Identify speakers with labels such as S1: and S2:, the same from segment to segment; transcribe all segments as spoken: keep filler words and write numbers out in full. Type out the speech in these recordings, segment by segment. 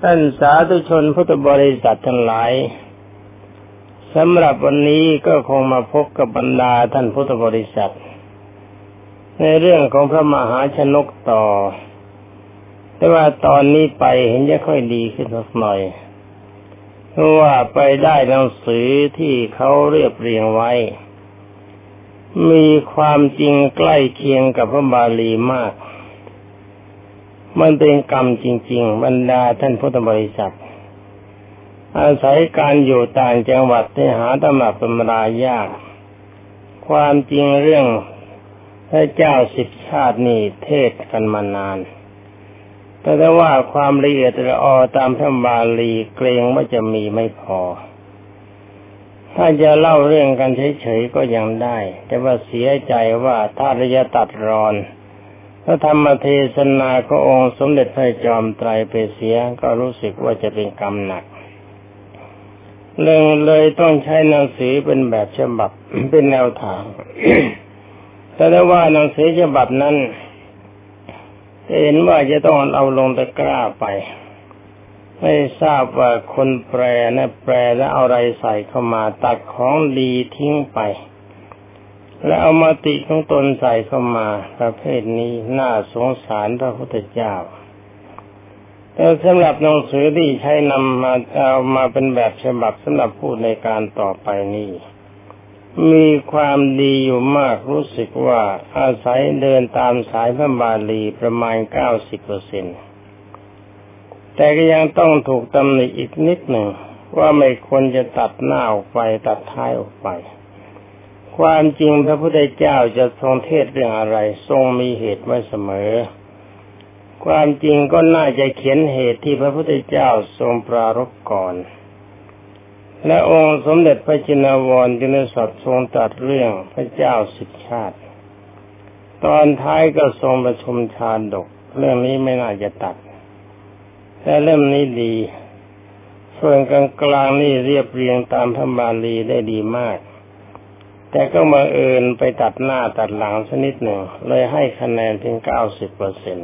S1: ท่านสาธุชนพุทธบริษัททั้งหลายสำหรับวันนี้ก็คงมาพบกับบรรดาท่านพุทธบริษัทในเรื่องของพระมหาชนกต่อแต่ว่าตอนนี้ไปเห็นจะค่อยดีขึ้นสักหน่อยเพราะว่าไปได้หนังสือที่เขาเรียบเรียงไว้มีความจริงใกล้เคียงกับพระบาลีมากมันเป็นกรรมจริงๆบรรดาท่านพุทธบริษัทอาศัยการอยู่ต่างจังหวัดที่หาตำรับตำรายากความจริงเรื่องพระเจ้าสิบชาตินี่เทศกันมานานแต่ได้ว่าความละเอียดละออตามพระบาลีเกรงว่าจะมีไม่พอถ้าจะเล่าเรื่องกันเฉยๆก็ยังได้แต่ว่าเสียใจว่าถ้าระยะตัดรอนพระธรรมเทศนาขององค์สมเด็จพระจอมไตรไปเสียก็รู้สึกว่าจะเป็นกรรมหนักเรื่องเลยต้องใช้หนังสือเป็นแบบฉบับ เป็นแนวทาง แต่ได้ว่าหนังสือฉบับนั้นเห็นว่าจะต้องเอาลงตะกร้าไปไม่ทราบว่าคนแปลนะแปลแล้วเอาอะไรใส่เข้ามาตัดของดีทิ้งไปแล้วเอามาติของตนใส่เข้ามาประเภทนี้น่าสงสารพระพุทธเจ้าแต่สำหรับหนังสือที่ใช้นำมาเอามาเป็นแบบฉบับสำหรับพูดในการต่อไปนี้มีความดีอยู่มากรู้สึกว่าอาศัยเดินตามสายพระบาลีประมาณ เก้าสิบเปอร์เซ็นต์ แต่ก็ยังต้องถูกตำหนิอีกนิดหนึ่งว่าไม่ควรจะตัดหน้าออกไปตัดท้ายออกไปความจริงพระพุทธเจ้าจะทรงเทศเรื่องอะไรทรงมีเหตุไว้เสมอความจริงก็น่าจะเขียนเหตุที่พระพุทธเจ้าทรงปรารภก่อนและองค์สมเด็จพระจินวรจึงได้สัตย์ทรงตรัสเรื่องพระเจ้าสิบชาติตอนท้ายก็ทรงประชุมชาดกเรื่องนี้ไม่น่าจะตัดแต่เล่มนี้ดีส่วนกลางกลางนี่เรียบเรียงตามพระบาลีได้ดีมากแต่ก็มาเอิญไปตัดหน้าตัดหลังสักนิดหนึ่งเลยให้คะแนนเพียง เก้าสิบเปอร์เซ็นต์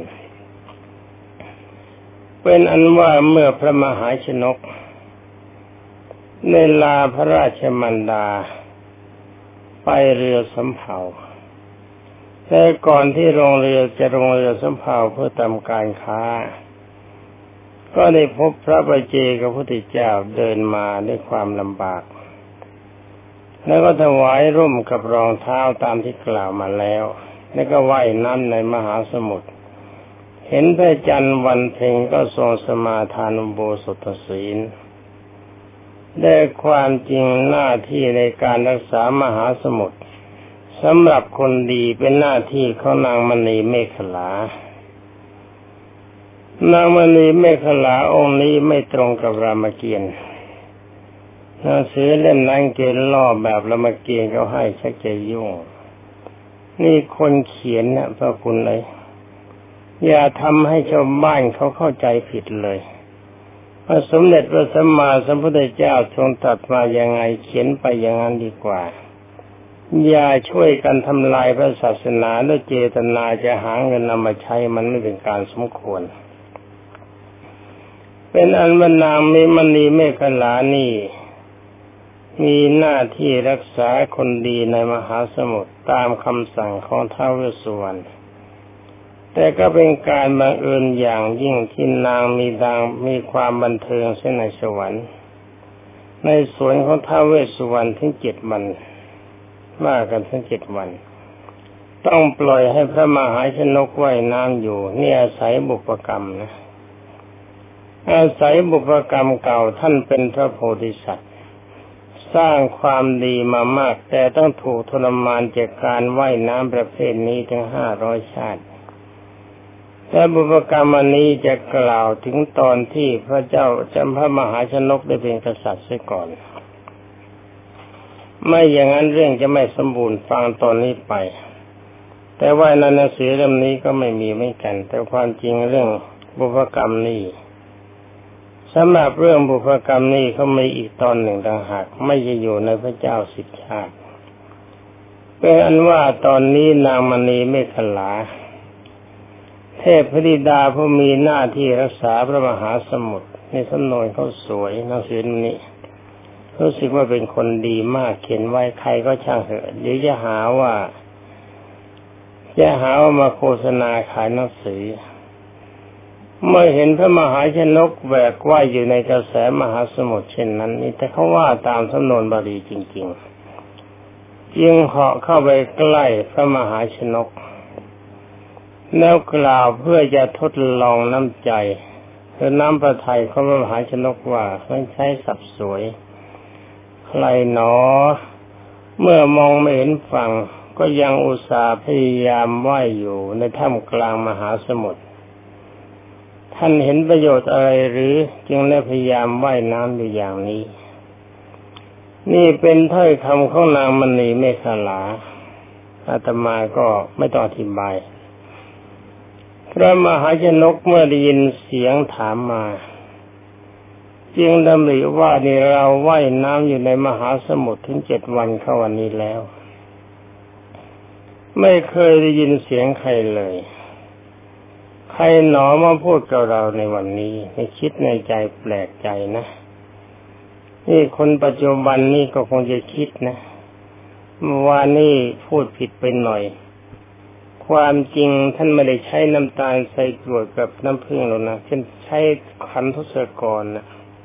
S1: เป็นอันว่าเมื่อพระมหาชนกในลาพระราชมันดาไปเรือสำเภาแต่ก่อนที่ลงเรือจะลงเรือสำเภาเพื่อทำการค้าก็ได้พบพระปัจเจกพุทธเจ้าเดินมาด้วยความลำบากแล้วก็ถวายร่มกับรองเท้าตามที่กล่าวมาแล้วแล้วก็ว่ายน้ำในมหาสมุทรเห็นพระจันทร์วันเพ็ญก็ทรงสมาทานอุโบสถศีลได้ความจริงหน้าที่ในการรักษามหาสมุทรสำหรับคนดีเป็นหน้าที่ของนางมณีเมขลานางมณีเมขลาองค์นี้ไม่ตรงกับรามเกียรติ์หนังสือเล่มนั้นเกณฑ์ล่อแบบรามเกียรติ์เขาให้ชักจะยุ่งนี่คนเขียนนะพระคุณเลยอย่าทำให้ชาวบ้านเขาเข้าใจผิดเลยพระสมเด็จพระสัมมาสัมพุทธเจ้าทรงตรัสมายังไงเขียนไปอย่างนั้นดีกว่าอย่าช่วยกันทำลายพระศาสนาด้วยเจตนาจะหาเงินนำมาใช้มันไม่เป็นการสมควรเป็นอันว่านางมณีเมขลานี่มีหน้าที่รักษาคนดีในมหาสมุทรตามคำสั่งของท้าวเวสสุวรรณแต่ก็เป็นการบังเอิญอย่างยิ่งที่นางมีดังมีความบันเทิงเส้นในสวรรค์ในสวนของท้าวเวสสุวรรณถึงเจ็ดวันว่ากันถึงเจ็ดวันต้องปล่อยให้พระมหาชนกว่ายน้ำอยู่นี่อาศัยบุพกรรมนะอาศัยบุพกรรมเก่าท่านเป็นพระโพธิสัตว์สร้างความดีมามากแต่ต้องถูกทรมานจากการว่ายน้ำประเภทนี้ถึงห้าร้อยชาติแต่บุพกรรมอันนี้จะกล่าวถึงตอนที่พระเจ้าจำพระมหาชนกได้เป็นกษัตริย์เสียก่อนไม่อย่างนั้นเรื่องจะไม่สมบูรณ์ฟังตอนนี้ไปแต่ว่าในหนังสือเล่มนี้ก็ไม่มีเหมือนกันแต่ความจริงเรื่องบุพกรรมนี้สำหรับเรื่องบุพกรรมนี้เขามีอีกตอนหนึ่งต่างหากไม่จะอยู่ในพระเจ้าสิบชาติเป็นอันว่าตอนนี้นางมณีเมขลาเทพธิดาผู้มีหน้าที่รักษาพระมหาสมุทรในสำนวนเขาสวยหนังสือนี้รู้สึกว่าเป็นคนดีมากเขียนไว้ใครก็ช่างเถอะเดี๋ยวจะหาว่าจะหาว่ามาโฆษณาขายหนังสือเมื่อเห็นพระมหาชนกแบกว่ายอยู่ในกระแสมหาสมุทรเช่นนั้นนี่แต่เขาว่าตามสำนวนบาลีจริงๆจึงเหาะเข้าไปใกล้พระมหาชนกแล้วกล่าวเพื่อจะทดลองน้ำใจคือน้ำพระทัยของพระมหาชนกว่าไม่ใช้สับสวยใครหนอเมื่อมองไม่เห็นฝั่งก็ยังอุตส่าห์พยายามว่ายอยู่ในท่ามกลางมหาสมุทรท่านเห็นประโยชน์อะไรหรือจึงได้พยายามว่ายน้ำอยู่อย่างนี้นี่เป็นถ้อยคำของนางมณีเมขลาอาตมาก็ไม่ต้องอธิบายพระมหาชนกเมื่อได้ยินเสียงถามมาจึงดำริว่านี่เราว่ายน้ำอยู่ในมหาสมุทรถึงเจ็ดวันเข้าวันนี้แล้วไม่เคยได้ยินเสียงใครเลยใครหนอมาพูดกับเราในวันนี้ให้คิดในใจแปลกใจนะนี่คนปัจจุบันนี่ก็คงจะคิดนะเมื่อวานนี้พูดผิดไปหน่อยความจริงท่านไม่ได้ใช้น้ำตาลใส่กรวดกับน้ำผึ้งหรอกนะเช่นใช้ขันทศกรนะ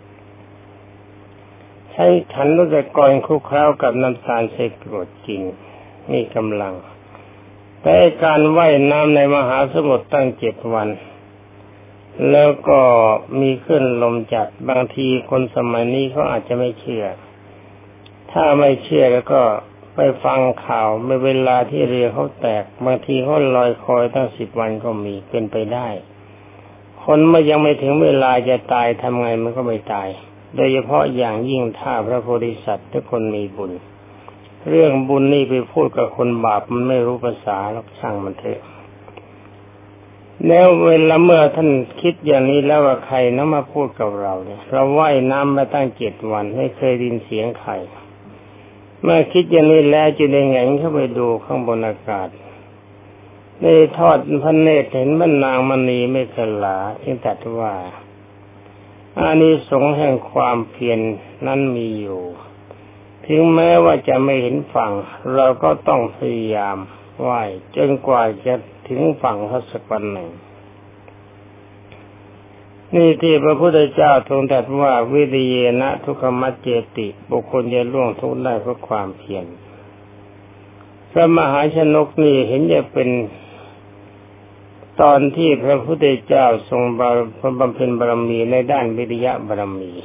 S1: ใช้ขันทศกรคลุกเคล้ากับน้ำตาลใส่กรวดกินนี่กำลังแต่การว่ายน้ำในมหาสมุทรตั้งเจ็ดวันแล้วก็มีขึ้นลมจัดบางทีคนสมัยนี้เขาอาจจะไม่เชื่อถ้าไม่เชื่อแล้วก็ไปฟังข่าวในเวลาที่เรือเขาแตกบางทีเขาลอยคอยตั้งสิบวันก็มีเป็นไปได้คนเมื่อยังไม่ถึงเวลาจะตายทำไงมันก็ไม่ตายโดยเฉพาะอย่างยิ่งถ้าพระโพธิสัตว์ทุกคนมีบุญเรื่องบุญนี่ไปพูดกับคนบาปมันไม่รู้ภาษาหรอกช่างมันเถอะแล้วเวลาเมื่อท่านคิดอย่างนี้แล้วว่าใครนำมาพูดกับเราเนี่ยเราว่ายน้ำมาตั้งเจ็ดวันไม่เคยได้ยินเสียงใครเมื่อคิดอย่างนี้แล้วจึงได้แงนเข้าไปดูข้างบนอากาศได้ทอดพระเนตรเห็นพระนางมณีเมขลาจึงตรัสว่าอานิสงส์แห่งความเพียรนั้นมีอยู่ถึงแม้ว่าจะไม่เห็นฝั่งเราก็ต้องพยายามว่ายจนกว่าจะถึงฝั่งสักวันหนึ่งนี่ที่พระพุทธเจ้าทรงตรัสว่าวิริยนะทุกขมัจเจติบุคคลจะล่วงทุกข์ได้เพราะความเพียรพระมหาชนกนี่เห็นจะเป็นตอนที่พระพุทธเจ้าทรงบำเพ็ญบารมีในด้านวิริยะบารมี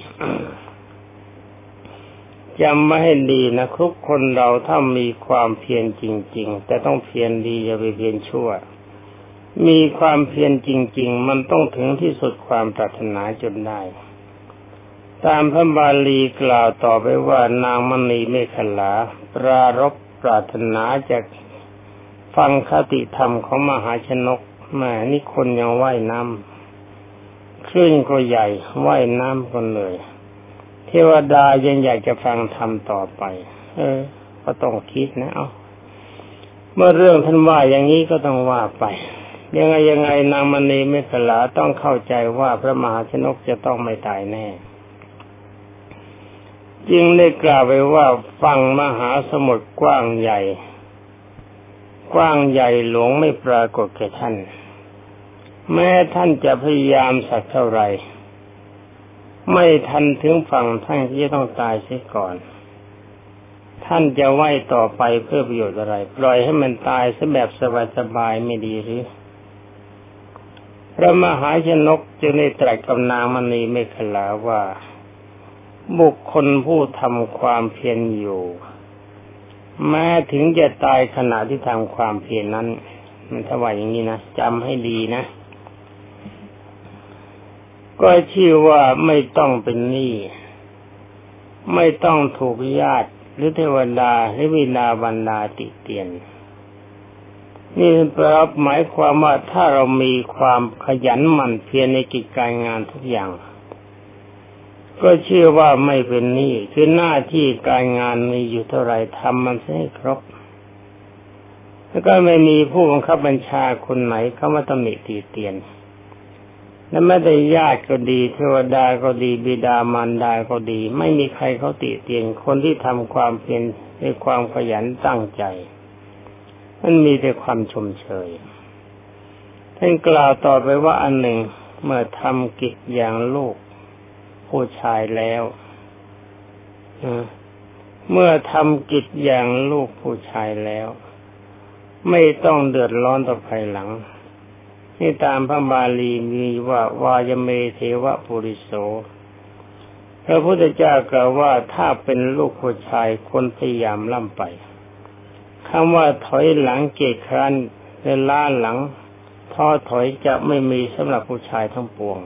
S1: จำไว้ให้ดีนะทุกคนเราถ้ามีความเพียรจริงๆแต่ต้องเพียรดีอย่าไปเพียรชั่วมีความเพียรจริงๆมันต้องถึงที่สุดความปรารถนาจนได้ตามพระบาลีกล่าวต่อไปว่านางมณีเมขลาปรารภปรารถนาจะฟังคติธรรมของมหาชนกแม่นี่คนยังว่ายน้ำคลื่นก็ใหญ่ว่ายน้ำกันเลยเทวดายังอยากจะฟังธรรมต่อไปเออก็ต้องคิดนะเอาเมื่อเรื่องท่านว่าอย่างนี้ก็ต้องว่าไปยังไงยังไงนางมณีเมขลาต้องเข้าใจว่าพระมหาชนกจะต้องไม่ตายแน่จึงได้กล่าวไปว่าฝั่งมหาสมุทรกว้างใหญ่กว้างใหญ่หลวงไม่ปรากฏแก่ท่านแม้ท่านจะพยายามสักเท่าไหร่ไม่ทันถึงฝั่งท่านที่จะต้องตายเสียก่อนท่านจะว่ายต่อไปเพื่อประโยชน์อะไรปล่อยให้มันตายซะแบบสบายๆไม่ดีหรือพระมหาชนกจึงได้ตรัสกับนางมณีเมขลาว่าบุคคลผู้ทำความเพียรอยู่แม้ถึงจะตายขณะที่ทำความเพียรนั้นมันถ้าว่าอย่างนี้นะจำให้ดีนะก็ชื่อว่าไม่ต้องเป็นหนี้ไม่ต้องถูกญาติหรือเทวดาหรือวินาบรรดาติเตียนนี่แปลหมายความว่าถ้าเรามีความขยันหมั่นเพียรในกิจการงานทุกอย่างก็เชื่อว่าไม่เป็นหนี้คือหน้าที่การงานมีอยู่เท่าไรทำมันให้ครบแล้วก็ไม่มีผู้บังคับบัญชาคนไหนเข้ามาตำหนิตีเตียนและแม้แต่ญาติก็ดีเทวดาก็ดีบิดามารดาก็ดีไม่มีใครเขาติเตียนคนที่ทำความเพียรด้วยความขยันตั้งใจมันมีแต่ความชมเชยท่านกล่าวต่อไปว่าอันหนึ่งเมื่อทำกิจอย่างลูกผู้ชายแล้วเมื่อทำกิจอย่างลูกผู้ชายแล้วไม่ต้องเดือดร้อนต่อภายหลังนี่ตามพระบาลีมีว่าวายเมเทวะปุริโสพระพุทธเจ้ากล่าวว่าถ้าเป็นลูกผู้ชายคนพยายามล่ำไปคำว่าถอยหลังเกียจคร้านและล้าหลังท้อถอยจะไม่มีสำหรับผู้ชายทั้งปวง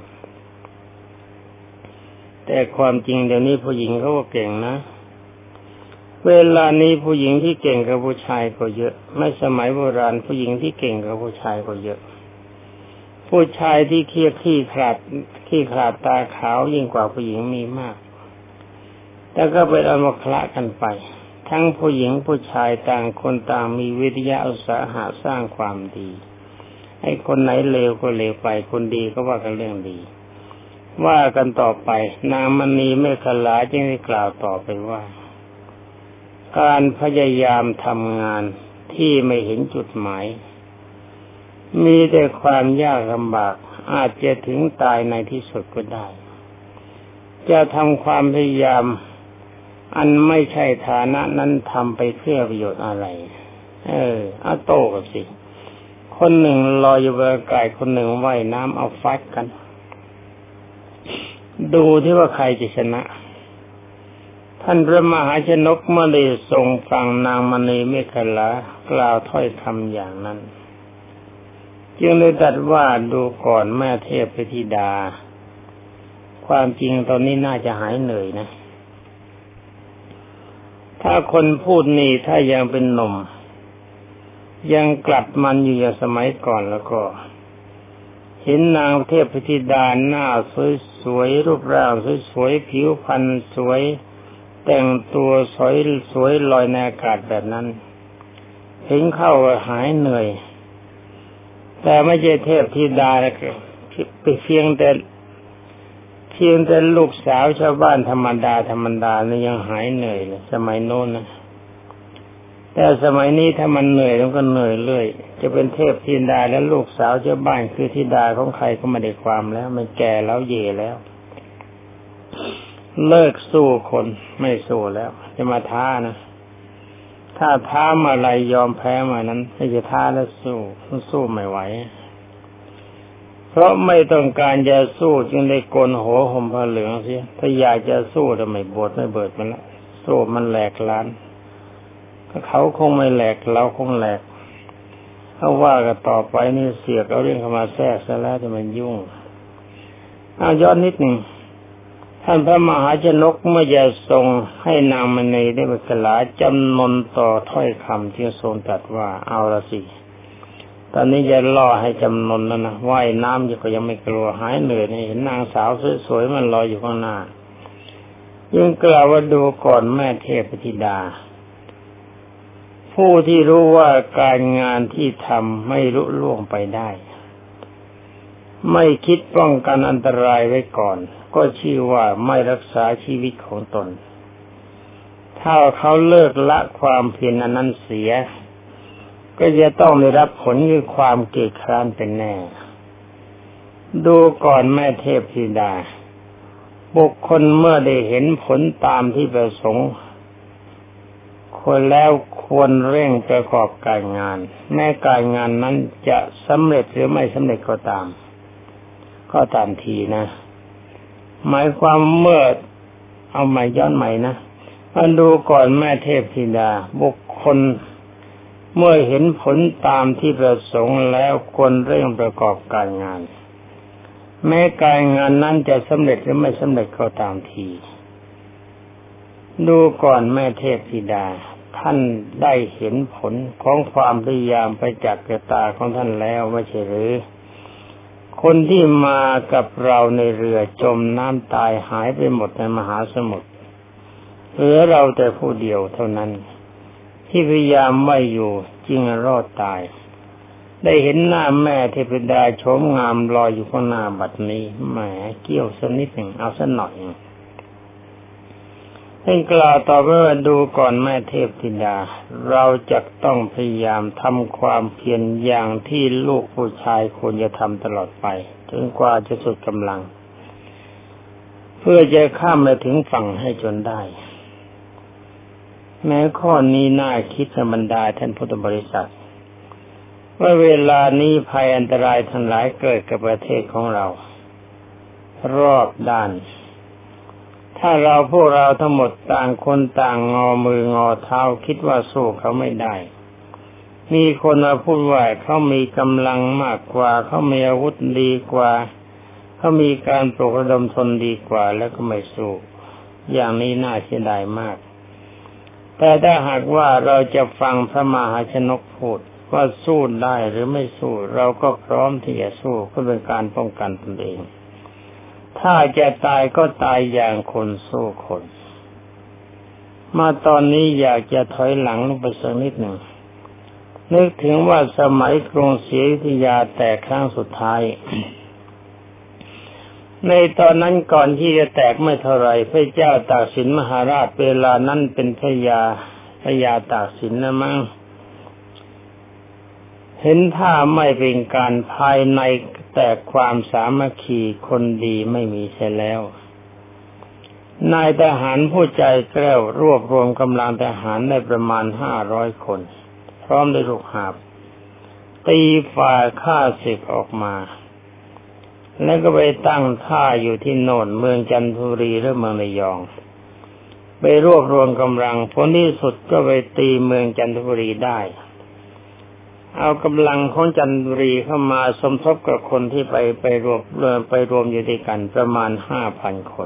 S1: แต่ความจริงเดี๋ยวนี้ผู้หญิงเขาก็เก่งนะเวลานี้ผู้หญิงที่เก่งกับผู้ชายก็เยอะไม่สมัยโบราณผู้หญิงที่เก่งกับผู้ชายก็เยอะผู้ชายที่เครียดขี้ขลาดขี้ขลาดตาขาวยิ่งกว่าผู้หญิงมีมากแต่ก็เป็นอมคละกันไปทั้งผู้หญิงผู้ชายต่างคนต่างมีวิทยาอุตสาหะสร้างความดีให้คนไหนเลวก็เลวไปคนดีก็ว่ากันเรื่องดีว่ากันต่อไปนางมณีเมขลาจึงได้กล่าวต่อไปว่าการพยายามทำงานที่ไม่เห็นจุดหมายมีแต่ความยากลำบากอาจจะถึงตายในที่สุดก็ได้จะทำความพยายามอันไม่ใช่ฐานะนั้นทำไปเพื่อประโยชน์อะไรเออเอาโต้กันสิคนหนึ่งลอยอยู่บนอากาศคนหนึ่งว่ายน้ำเอาฟัดกันดูที่ว่าใครจะชนะท่านพระมหาชนกเมื่อได้ทรงฟังนางมณีเมขลากล่าวถ้อยคำอย่างนั้นจึงได้ตรัสว่าดูก่อนแม่เทพธิดาความจริงตอนนี้น่าจะหายเหนื่อยนะถ้าคนพูดนี่ถ้ายังเป็นหนุ่มยังกลัดมันอยู่อย่างสมัยก่อนแล้วก็เห็นนางเทพธิดาหน้าสวยๆรูปร่างสวยๆผิวพรรณสวยแต่งตัวสวยสวยลอยในอากาศแบบนั้นเห็นเข้าหายเหนื่อยแต่ไม่ใช่เทพธิดานะไปเพียงแต่เพียงแต่ลูกสาวชาวบ้านธรรมดาธรรมดานี่ยังหายเหนื่อยเลยสมัยโน้นนะแต่สมัยนี้ถ้ามันเหนื่อยมันก็เหนื่อยเรื่อยจะเป็นเทพธิดาและลูกสาวชาวบ้านคือธิดาของใครก็ไม่ได้ความแล้วมันแก่แล้วเย่แล้วเลิกสู้คนไม่สู้แล้วจะมาท้านะถ้าท้ามาอะไรยอมแพ้มานั้นไม่จะท้าแล้วสู้สู้ไม่ไหวเพราะไม่ต้องการจะสู้จึงได้โกนหัวห่มผ้าเหลืองเสียถ้าอยากจะสู้ทำไมบวชไม่เบิดมันละสู้มันแหลกล้านเขาคงไม่แหลกเราคงแหลกถ้าว่ากันต่อไปนี่เสียกเอาเรื่องเข้ามาแทรกซะแล้วจะมันยุ่งเอาย้อนนิดหนึ่งท่านพระมหาชนกเมื่อจะทรงให้นางมณีได้เมขลาจำนนต่อถ้อยคำที่ทรงตรัสว่าเอาละสิตอนนี้จะล่อให้จำนนแล้วนะว่ายน้ำอยู่ก็ยังไม่กลัวหายเหนื่อยนี่เห็นนางสาวสวยๆมันลอยอยู่ข้างหน้ายิ่งกล่าวว่าดูก่อนแม่เทพธิดาผู้ที่รู้ว่าการงานที่ทำไม่ลุล่วงไปได้ไม่คิดป้องกันอันตรายไว้ก่อนก็ชื่อว่าไม่รักษาชีวิตของตนถ้าเขาเลิกละความเพียรนั้นเสียก็จะต้องได้รับผลคือความเกียจคร้านเป็นแน่ดูก่อนแม่เทพธิดาบุคคลเมื่อได้เห็นผลตามที่ประสงค์ควรแล้วควรเร่งประกอบการงานแม้การงานนั้นจะสำเร็จหรือไม่สำเร็จก็ตามก็ตามทีนะหมายความเมื่อเอาใหม่ย้อนใหม่นะมาดูก่อนแม่เทพธิดาบุคคลเมื่อเห็นผลตามที่ประสงค์แล้วควรเร่งประกอบการงานแม้การงานนั้นจะสำเร็จหรือไม่สำเร็จก็ตามทีดูก่อนแม่เทพธิดาท่านได้เห็นผลของความพยายามไปจากแก่ตาของท่านแล้วไม่ใช่หรือคนที่มากับเราในเรือจมน้ำตายหายไปหมดในมหาสมุทรเหลือเราแต่ผู้เดียวเท่านั้นที่พยายามไว้อยู่จึงรอดตายได้เห็นหน้าแม่เทพดาโฉมงามลอยอยู่ข้างหน้าบัดนี้แหมเกี่ยวสักนิดหนึ่งเอาสักหน่อยท่านกล่าวต่อไปว่าดูก่อนแม่เทพธิดาเราจะต้องพยายามทำความเพียรอย่างที่ลูกผู้ชายควรจะทำตลอดไปจนกว่าจะสุดกำลังเพื่อจะข้ามไปถึงฝั่งให้จนได้แม้ข้อนี้น่าคิดในบรรดาท่านพุทธบริษัทว่าเวลานี้ภัยอันตรายทั้งหลายเกิดกับประเทศของเรารอบด้านถ้าเราพวกเราทั้งหมดต่างคนต่างงอมืองอเท้าคิดว่าสู้เขาไม่ได้มีคนมาพูดว่าเขามีกำลังมากกว่าเขามีอาวุธดีกว่าเขามีการปลุกระดมตนดีกว่าแล้วก็ไม่สู้อย่างนี้น่าเสียดายมากแต่ถ้าหากว่าเราจะฟังพระมหาชนกพูดว่าสู้ได้หรือไม่สู้เราก็พร้อมที่จะสู้เพื่อเป็นการป้องกันตนเองถ้าจะตายก็ตายอย่างคนสู้คนมาตอนนี้อยากจะถอยหลังไปสักนิดหนึ่งนึกถึงว่าสมัยกรุงศรีอยุธยาแตกครั้งสุดท้าย ในตอนนั้นก่อนที่จะแตกไม่เท่าไรพระเจ้าตากสินมหาราชเวลานั้นเป็นพระยาพระยาตากสินนะมั้งเห็นท่าไม่เป็นการภายในแต่ความสามัคคีคนดีไม่มีเสียแล้วนายทหารผู้ใจแกล้วรวบรวมกำลังทหารได้ประมาณห้าร้อยคนพร้อมด้วยลูกหาบตีฝ่ายข้าศึกออกมาแล้วก็ไปตั้งท่าอยู่ที่โน่นเมืองจันทบุรีและเมืองระยองไปรวบรวมกำลังผลที่สุดก็ไปตีเมืองจันทบุรีได้เอากำลังของจันทบุรีเข้ามาสมทบกับคนที่ไปไปรวมไปรวมอยู่ด้วยกันประมาณ ห้าพัน คน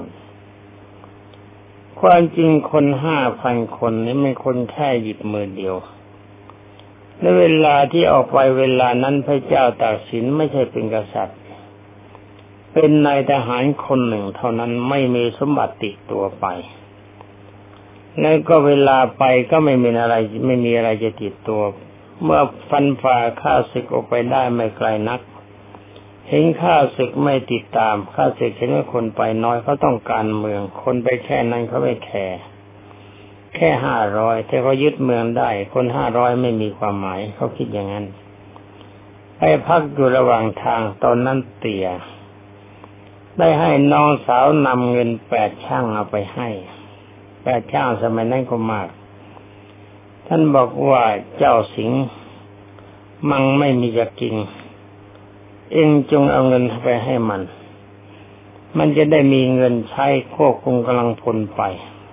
S1: ความจริงคน ห้าพัน คนนี้ไม่คนแค่หยิบมือเดียวในเวลาที่ออกไปเวลานั้นพระเจ้าตากสินไม่ใช่เป็นกษัตริย์เป็นนายทหารคนหนึ่งเท่านั้นไม่มีสมบัติติดตัวไปแล้วก็เวลาไปก็ไม่มีอะไรไม่มีอะไรจะติดตัวเมื่อฟันฝ่าข้าศึกออกไปได้ไม่ไกลนักเห็นข้าศึกไม่ติดตามข้าศึกเห็นว่าคนไปน้อยเขาต้องการเมืองคนไปแค่นั้นเขาไม่แคร์แค่ห้าร้อยแต่เขายึดเมืองได้คนห้าร้อยไม่มีความหมายเขาคิดอย่างนั้นไปพักอยู่ระหว่างทางตอนนั้นเตี่ยได้ให้น้องสาวนำเงินแปดช่างเอาไปให้แปดช่างสมัยนั้นก็มากท่านบอกว่าเจ้าสิงห์มังไม่มีจะกินเอ็งจงเอาเงินไปให้มันมันจะได้มีเงินใช้ควบคุมกำลังพลไป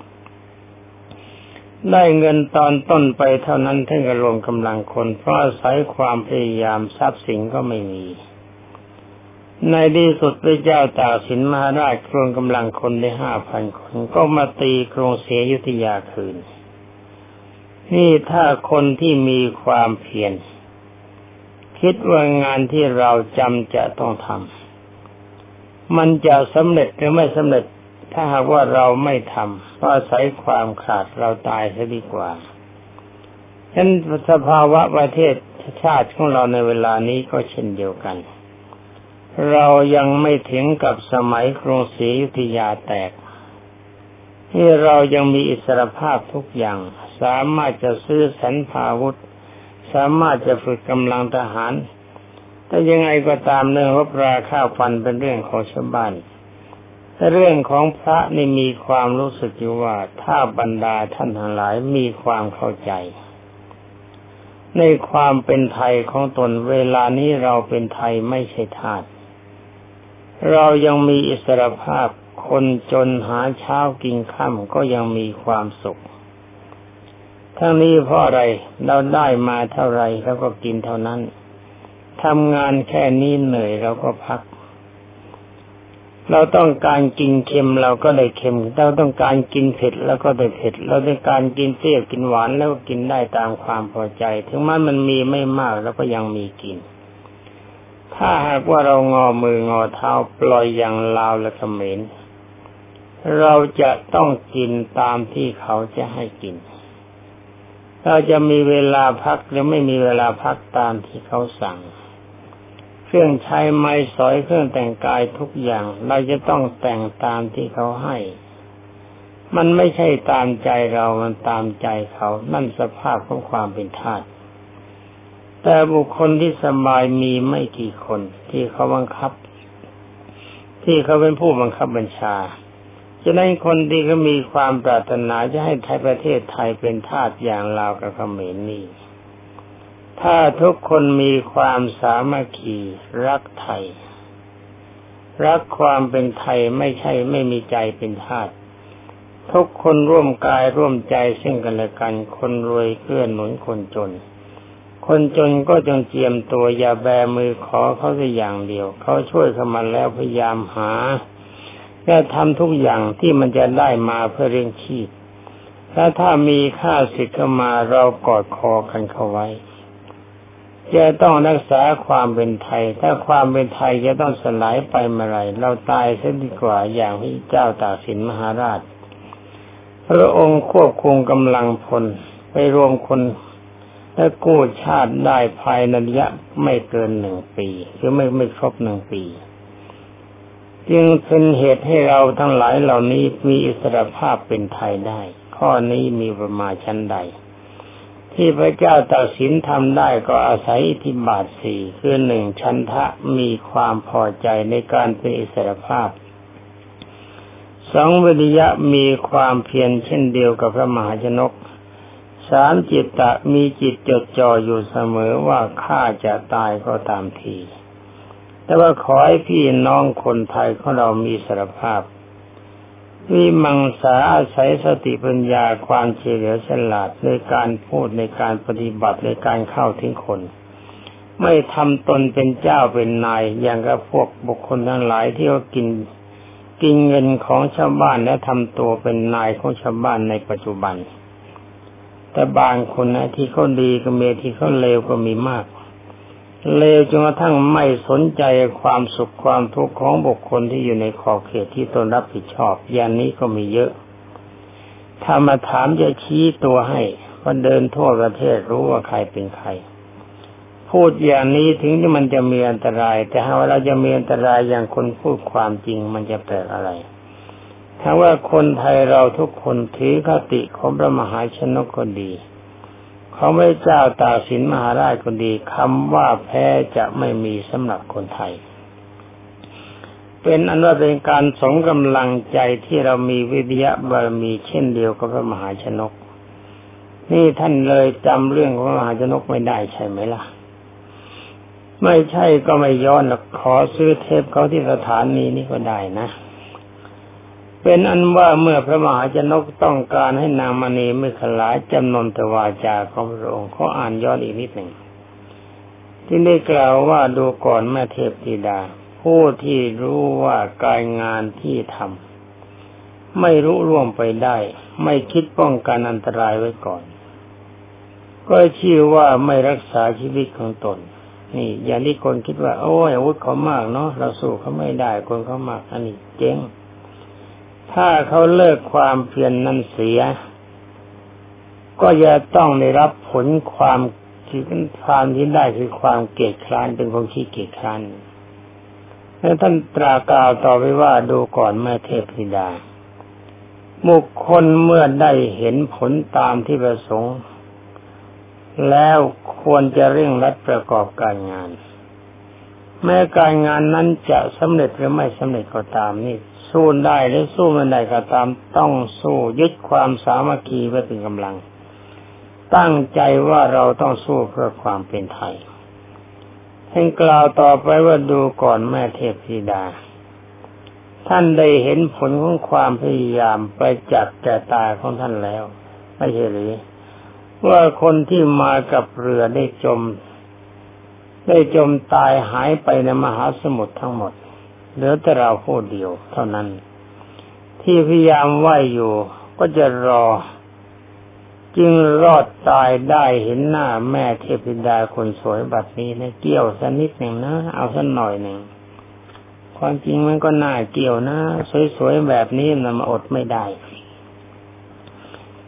S1: ได้เงินตอนต้นไปเท่านั้นท่านก็รวมกำลังคนเพราะอาศัยความพยายามทรัพย์สินก็ไม่มีในที่สุดพระเจ้าตากสินมหาราชรวมกำลังคนได้ ห้าพัน คนก็มาตีกรุงศรีอยุธยาคืนนี่ถ้าคนที่มีความเพียรคิดว่างานที่เราจำจะต้องทำมันจะสำเร็จหรือไม่สำเร็จถ้าหากว่าเราไม่ทำเพราะอาศัยความขาดเราตายซะดีกว่าฉะนั้นสภาวะประเทศชาติของเราในเวลานี้ก็เช่นเดียวกันเรายังไม่ถึงกับสมัยกรุงศรีอยุธยาแตกที่เรายังมีอิสรภาพทุกอย่างสามารถจะซื้อสรรพาวุธสามารถจะฝึกกำลังทหารแต่ยังไงก็ตามเรื่องรบราฆ่าฟันเป็นเรื่องของชาวบ้านแต่เรื่องของพระนี่มีความรู้สึกอยู่ว่าถ้าบรรดาท่านทั้งหลายมีความเข้าใจในความเป็นไทยของตนเวลานี้เราเป็นไทยไม่ใช่ทาสเรายังมีอิสรภาพคนจนหาเช้ากินค่ำก็ยังมีความสุขทั้งนี้เพราะอะไรเราได้มาเท่าไรเราก็กินเท่านั้นทำงานแค่นี้เหนื่อยเราก็พักเราต้องการกินเค็มเราก็ได้เค็มเราต้องการกินเผ็ดแล้วก็ได้เผ็ดเราต้องการกินเปรี้ยวกินหวานแล้วก็กินได้ตามความพอใจถึงแม้มันมีไม่มากเราก็ยังมีกินถ้าหากว่าเรางอมืองอเท้าปล่อยอย่างลาวและเขมรเราจะต้องกินตามที่เขาจะให้กินเราจะมีเวลาพักหรือไม่มีเวลาพักตามที่เขาสั่งเครื่องใช้ไม้สอยเครื่องแต่งกายทุกอย่างเราจะต้องแต่งตามที่เขาให้มันไม่ใช่ตามใจเรามันตามใจเขานั่นสภาพของความเป็นทาสแต่บุคคลที่สบายมีไม่กี่คนที่เขาบังคับที่เขาเป็นผู้บังคับบัญชาฉะนั้นคนที่เขามีความปรารถนาจะให้ไทยประเทศไทยเป็นทาสอย่างลาวกับเขมรนี่ถ้าทุกคนมีความสามัคคีรักไทยรักความเป็นไทยไม่ใช่ไม่มีใจเป็นทาสทุกคนร่วมกายร่วมใจซึ่งกันและกันคนรวยเกื้อหนุนคนจนคนจนก็จงเจียมตัวอย่าแบมือขอเขาสักอย่างเดียวเขาช่วยเขามาแล้วพยายามหาและทำทุกอย่างที่มันจะได้มาเพื่อเลี้ยงชีพและถ้ามีค่าศึกเข้ามาเรากอดคอกันเข้าไว้จะต้องรักษาความเป็นไทยถ้าความเป็นไทยจะต้องสลายไปเมื่อไรเราตายเสียดีกว่าอย่างพระเจ้าตากสินมหาราชพระองค์ควบคุมกำลังพลไปรวมคนและกู้ชาติได้ภายในระยะไม่เกินหนึ่งปีคือไม่ไม่ครบหนึ่งปีจึงเป็นเหตุให้เราทั้งหลายเหล่านี้มีอิสรภาพเป็นไทยได้ข้อนี้มีประมาณชั้นใดที่พระเจ้าตากสินทำได้ก็อาศัยอิทธิบาทสี่คือหนึ่งฉันทะมีความพอใจในการเป็นอิสรภาพสองวิริยะมีความเพียรเช่นเดียวกับพระมหาชนกสามจิตตะมีจิตจดจ่ออยู่เสมอว่าข้าจะตายก็ตามทีแต่ว่าขอให้พี่น้องคนไทยของเรามีอิสรภาพวิมังสาอาศัยสติปัญญาความเฉลียวฉลาดในการพูดในการปฏิบัติในการเข้าถึงคนไม่ทำตนเป็นเจ้าเป็นนายอย่างกับพวกบุคคลทั้งหลายที่เขากินกินเงินของชาวบ้านและทำตัวเป็นนายของชาวบ้านในปัจจุบันแต่บางคนนะที่เขาดีก็มีที่เขาเลวก็มีมากเลวจนกระทั่งไม่สนใจความสุขความทุกข์ของบุคคลที่อยู่ในขอบเขตที่ตนรับผิดชอบอย่างนี้ก็มีเยอะถ้ามาถามจะชี้ตัวให้ว่าเดินทั่วประเทศรู้ว่าใครเป็นใครพูดอย่างนี้ถึงที่มันจะมีอันตรายแต่ถ้าว่าเราจะมีอันตรายอย่างคนพูดความจริงมันจะแปลกอะไรถ้าว่าคนไทยเราทุกคนถือคติของพระมหาชนกก็ดีของพระเจ้าตากสินมหาราชก็ดีคำว่าแพ้จะไม่มีสำหรับคนไทยเป็นอันว่าเป็นการสมกำลังใจที่เรามีวิริยะบารมีเช่นเดียวกับพระมหาชนกนี่ท่านเลยจำเรื่องของพระมหาชนกไม่ได้ใช่ไหมล่ะไม่ใช่ก็ไม่ย้อนหรอกขอซื้อเทปเขาที่สถานีนี้ก็ได้นะเป็นอันว่าเมื่อพระมหาชนกต้องการให้นางมณีเมขลาจำนนทวาจาของพระองค์เขาอ่านย้อนอีกนิดหนึ่งที่ได้กล่าวว่าดูก่อนแม่เทพธิดาผู้ที่รู้ว่าการงานที่ทำไม่รู้ล่วงไปได้ไม่คิดป้องกันอันตรายไว้ก่อนก็ชื่อว่าไม่รักษาชีวิตของตนนี่อย่างที่คนคิดว่าโอ้ยอาวุธเขามากเนาะเราสู้เขาไม่ได้คนเขามากอันนี้เจ๊งถ้าเขาเลิกความเพียร น, นั้นเสียก็จะต้องได้รับผลความที่ความที่ได้คือความเกียจคร้านเป็นคนขี้เกียจคร้านแล้วท่านตรากล่าวต่อไปว่าดูก่อนแม่เทพธิดาบุคคลเมื่อได้เห็นผลตามที่ประสงค์แล้วควรจะเร่งรัดประกอบการงานแม้การงานนั้นจะสำเร็จหรือไม่สำเร็จก็ตามนี่สู้ได้หรือสู้ไม่ได้ก็ตามต้องสู้ยึดความสามัคคีไว้เป็นกำลังตั้งใจว่าเราต้องสู้เพื่อความเป็นไทยท่านกล่าวต่อไปว่าดูก่อนแม่เทพธิดาท่านได้เห็นผลของความพยายามไปจักแก่ตาของท่านแล้วไม่ใช่หรือว่าคนที่มากับเรือได้จมได้จมตายหายไปในมหาสมุทรทั้งหมดเหลือแต่เราผู้เดียวเท่านั้นที่พยายามว่ายอยู่ก็จะรอจึงรอดตายได้เห็นหน้าแม่เทพธิดาคนสวยบัดนี้นะเกี่ยวสักนิดหนึ่งนะเอาสักหน่อยหนึ่งความจริงมันก็น่าเกี่ยวนะสวยๆแบบนี้มันมาอดไม่ได้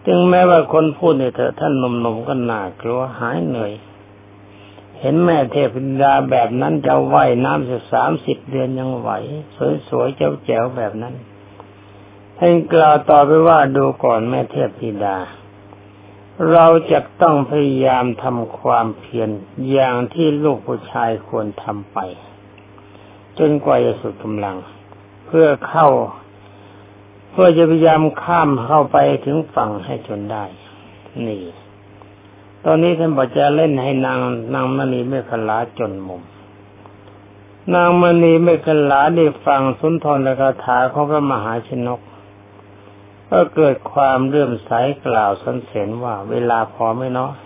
S1: ถึงแม้ว่าคนพูดเนี่ยเถอะท่านหนุ่มๆก็น่ากลัวหายเหนื่อยเห็นแม่เทพธิดาแบบนั้นจะว่ายน้ำสักสามสิบเดือนยังไหวสวยๆแจ๋วๆแบบนั้นท่านกล่าวต่อไปว่าดูก่อนแม่เทพธิดาเราจะต้องพยายามทำความเพียรอย่างที่ลูกผู้ชายควรทำไปจนกว่าจะสุดกำลังเพื่อเข้าเพื่อจะพยายามข้ามเข้าไปถึงฝั่งให้จนได้นี่ตอนนี้ท่านบอกจะเล่นให้นางนางมณีเมขลาจนมุมนางมณีเมขลาได้ฟังสุนทรคาถาของพระมหาชนกก็เกิดความเลื่อมใสกล่าวสรรเสริญว่าเวลาพอไหมเนาะ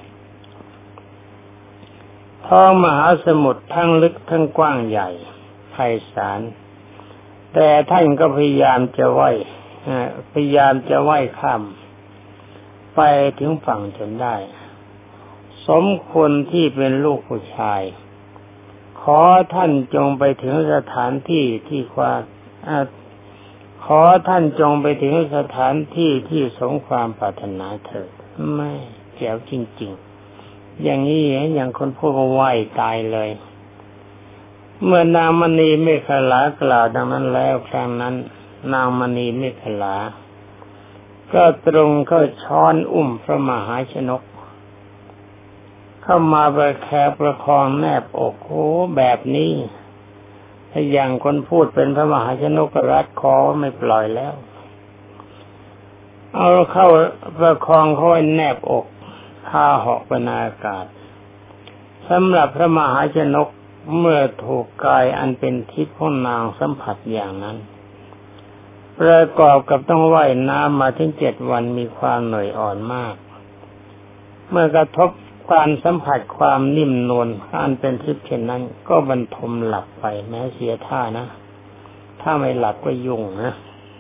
S1: ท้องมหาสมุทรทั้งลึกทั้งกว้างใหญ่ไพศาลแต่ท่านก็พยายามจะว่ายพยายามจะว่ายข้ามไปถึงฝั่งจนได้สมควรที่เป็นลูกผู้ชายขอท่านจงไปถึงสถานที่ที่ความขอท่านจงไปถึงสถานที่ที่สมความปรารถนาเถิดไม่แจ๋วจริงๆอย่างนี้อย่างคนพูดว่าไหวตายเลยเมื่อนางมณีเมขลากล่าวดังนั้นแล้วครั้งนั้นนางมณีเมขลาก็ตรงเข้าช้อนอุ้มพระมหาชนกเข้ามาประแคประคองแนบอกโอ้แบบนี้ถ้าอย่างคนพูดเป็นพระมหาชนกรัดคอไม่ปล่อยแล้วเอาเข้าประคองเขาไว้แนบอกพาเหาะบนอากาศสำหรับพระมหาชนกเมื่อถูกกายอันเป็นทิพย์ของนางสัมผัสอย่างนั้นประกอบกับต้องว่ายน้ำมาถึงเจ็ดวันมีความเหนื่อยอ่อนมากเมื่อกระทบการสัมผัสความนิ่มนวลอันเป็นทิพย์เช่นนั้นก็บรรทมหลับไปแม้เสียท่านะถ้าไม่หลับก็ยุ่งนะ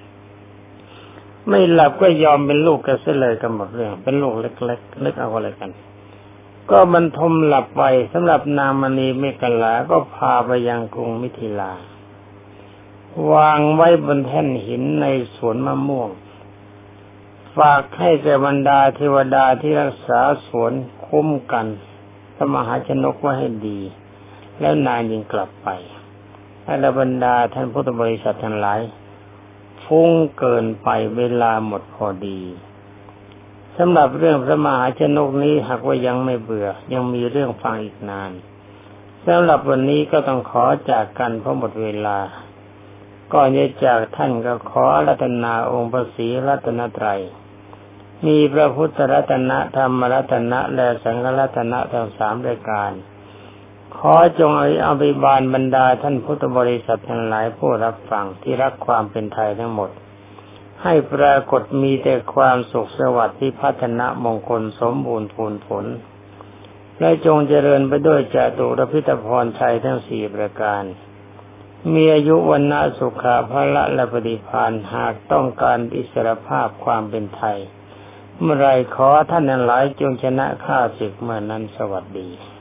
S1: ไม่หลับก็ยอมเป็นลูกกันเสียเลยกันหมดเรื่องเป็นลูกเล็กๆนึกเอาอะไรกันก็บรรทมหลับไปสำหรับนางมณีเมขลาก็พาไปยังกรุงมิถิลาวางไว้บนแท่นหินในสวนมะม่วงฝากให้แก่บรรดาเทวดาที่รักษาสวนคุ้มกันพระมหาชนกไว้ให้ดีแล้วนางจึงกลับไปให้บรรดาท่านพุทธบริษัททั้งหลายฟุ้งเกินไปเวลาหมดพอดีสำหรับเรื่องพระมหาชนกนี้หากว่ายังไม่เบื่อยังมีเรื่องฟังอีกนานสำหรับวันนี้ก็ต้องขอจากกันเพราะหมดเวลาก่อนจะจากท่านก็ขออาราธนาองค์พระศรีรัตนตรัยมีพระพุทธรัตนะธรรมรัตนะและสังฆรัตนะทั้งสามรายการขอจงอภิบาลบรรดาท่านพุทธบริษัททั้งหลายผู้รับฟังที่รักความเป็นไทยทั้งหมดให้ปรากฏมีแต่ความสุขสวัสดิ์ที่พัฒนามงคลสมบูรณ์พูนผลและจงเจริญไปด้วยจตุรพิธพรชัยทั้งสี่ประการมีอายุวันนะสุขะพละและปฏิภาณหากต้องการอิสรภาพความเป็นไทยเมื่อไรขอท่านทั้งหลายจงชนะข้าศึกเมื่อนั้นสวัสดี